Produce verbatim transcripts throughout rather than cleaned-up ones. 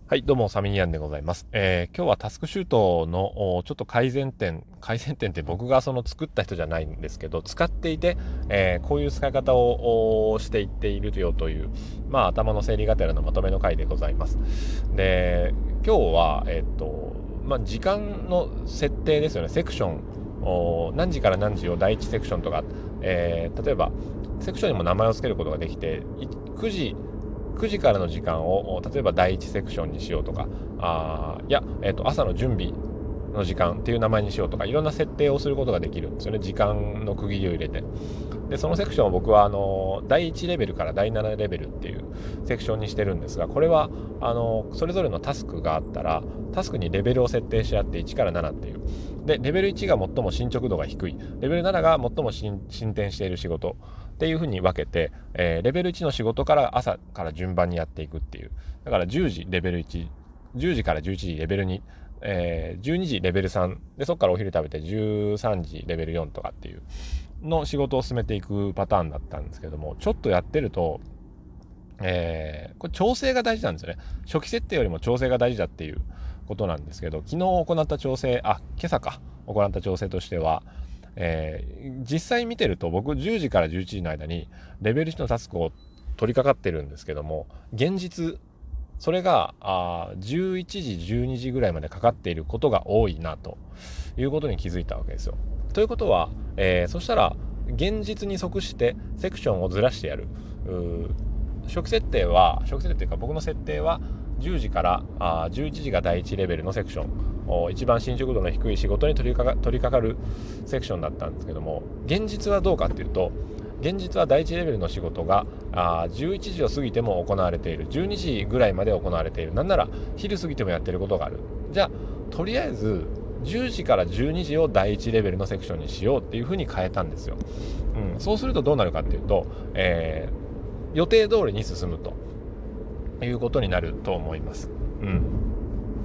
はい、どうも、サミニアンでございます。えー今日はタスクシュートのおちょっと改善点、改善点って僕がその作った人じゃないんですけど、使っていて、えーこういう使い方をおしていっているよという、まあ、頭の整理がてらのまとめの回でございます。で、今日は、えっと、まあ、時間の設定ですよね。セクション、お何時から何時を第一セクションとか、えー例えば、セクションにも名前を付けることができて、いくじくじからの時間を例えば第一セクションにしようとか、あいや、えーと、朝の準備の時間っていう名前にしようとか、いろんな設定をすることができるんですよね。時間の区切りを入れて。で、そのセクションを僕はあのだいいちレベルからだいななレベルっていうセクションにしてるんですが、これはあのそれぞれのタスクがあったら、タスクにレベルを設定し合っていちからななっていう。で、レベルいちが最も進捗度が低い。レベルななが最も進展している仕事っていう風に分けて、えーレベルいちの仕事から朝から順番にやっていくっていう。だからじゅうじレベルいち、じゅうじからじゅういちじレベルに、えーじゅうにじレベルさんで、そこからお昼食べてじゅうさんじレベルよんとかっていうの仕事を進めていくパターンだったんですけども、ちょっとやってると、えーこれ調整が大事なんですよね。初期設定よりも調整が大事だっていうことなんですけど、昨日行った調整、あ、今朝か、行った調整としては、えー実際見てると僕じゅうじからじゅういちじの間にレベルいちのタスクを取り掛かってるんですけども、現実それがあじゅういちじじゅうにじぐらいまでかかっていることが多いなということに気づいたわけですよ。ということは、えーそしたら現実に即してセクションをずらしてやる。初期設定は初期設定というか、僕の設定はじゅうじからあじゅういちじが第一レベルのセクション、一番進捗度の低い仕事に取りかか取り掛かるセクションだったんですけども、現実はどうかっていうと、現実は第一レベルの仕事があじゅういちじを過ぎても行われている、じゅうにじぐらいまで行われている、なんなら昼過ぎてもやってることがある。じゃあとりあえずじゅうじからじゅうにじを第一レベルのセクションにしようっていう風に変えたんですよ。うん、そうするとどうなるかっていうと、えー予定通りに進むということになると思います。うん、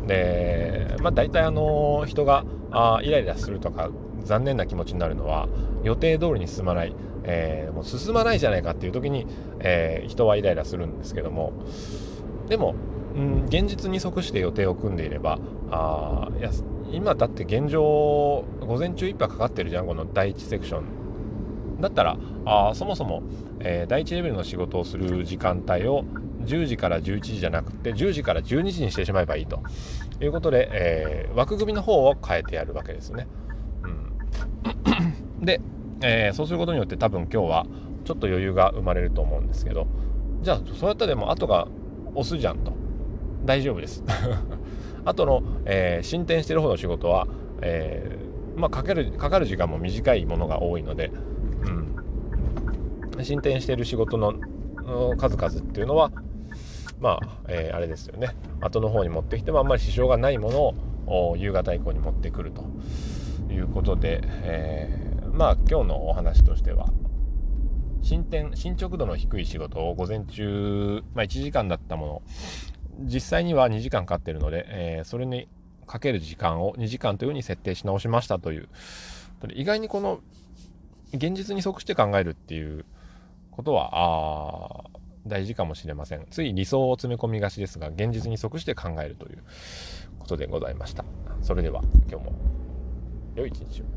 で、まあ大体あの人があイライラするとか残念な気持ちになるのは、予定通りに進まない、えーもう進まないじゃないかっていう時に、えー人はイライラするんですけども、でも、うん、現実に即して予定を組んでいれば、あいや今だって現状午前中いっぱいかかってるじゃん、この第一セクションだったら、あそもそも、えー第一レベルの仕事をする時間帯をじゅうじからじゅういちじじゃなくてじゅうじからじゅうにじにしてしまえばいいということで、えー枠組みの方を変えてやるわけですね。うん、で、えーそうすることによって多分今日はちょっと余裕が生まれると思うんですけど、じゃあそうやったらでも後が押すじゃんと。大丈夫です後の、えー進展してる方の仕事は、えーまあ、かけるかかる時間も短いものが多いので、うん、進展している仕事の数々っていうのは、まあ、えーあれですよね、後の方に持ってきてもあんまり支障がないものを夕方以降に持ってくるということで、えーまあ今日のお話としては、進展進捗度の低い仕事を午前中、まあ、いちじかんだったもの実際にはにじかんかかってるので、えーそれにかける時間をにじかんというふうに設定し直しましたという。意外にこの現実に即して考えるっていうことはあ大事かもしれません。つい理想を詰め込みがちですが、現実に即して考えるということでございました。それでは今日も良い一日を。